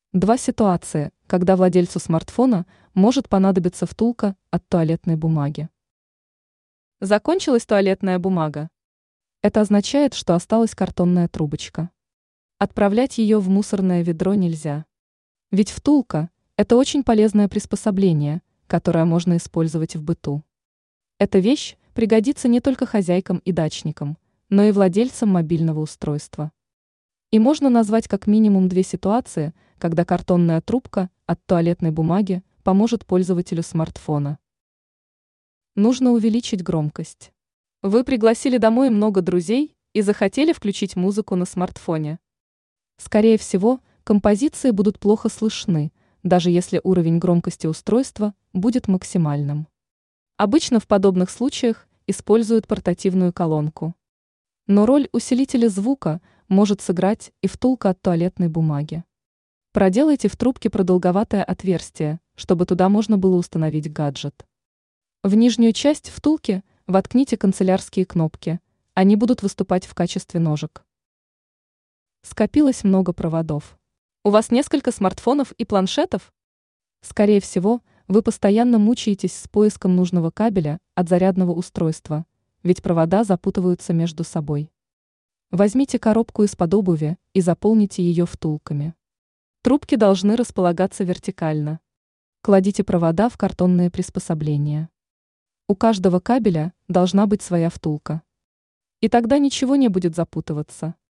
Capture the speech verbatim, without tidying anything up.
Два ситуации, когда владельцу смартфона может понадобиться втулка от туалетной бумаги. Закончилась туалетная бумага. Это означает, что осталась картонная трубочка. Отправлять ее в мусорное ведро нельзя. Ведь втулка– это очень полезное приспособление, которое можно использовать в быту. Эта вещь пригодится не только хозяйкам и дачникам, но и владельцам мобильного устройства. И можно назвать как минимум две ситуации, когда картонная трубка от туалетной бумаги поможет пользователю смартфона. Нужно увеличить громкость. Вы пригласили домой много друзей и захотели включить музыку на смартфоне. Скорее всего, композиции будут плохо слышны, даже если уровень громкости устройства будет максимальным. Обычно в подобных случаях используют портативную колонку. Но роль усилителя звука может сыграть и втулка от туалетной бумаги. Проделайте в трубке продолговатое отверстие, чтобы туда можно было установить гаджет. В нижнюю часть втулки воткните канцелярские кнопки, они будут выступать в качестве ножек. Скопилось много проводов. У вас несколько смартфонов и планшетов? Скорее всего, вы постоянно мучаетесь с поиском нужного кабеля от зарядного устройства, ведь провода запутываются между собой. Возьмите коробку из-под обуви и заполните ее втулками. Трубки должны располагаться вертикально. Кладите провода в картонные приспособления. У каждого кабеля должна быть своя втулка. И тогда ничего не будет запутываться.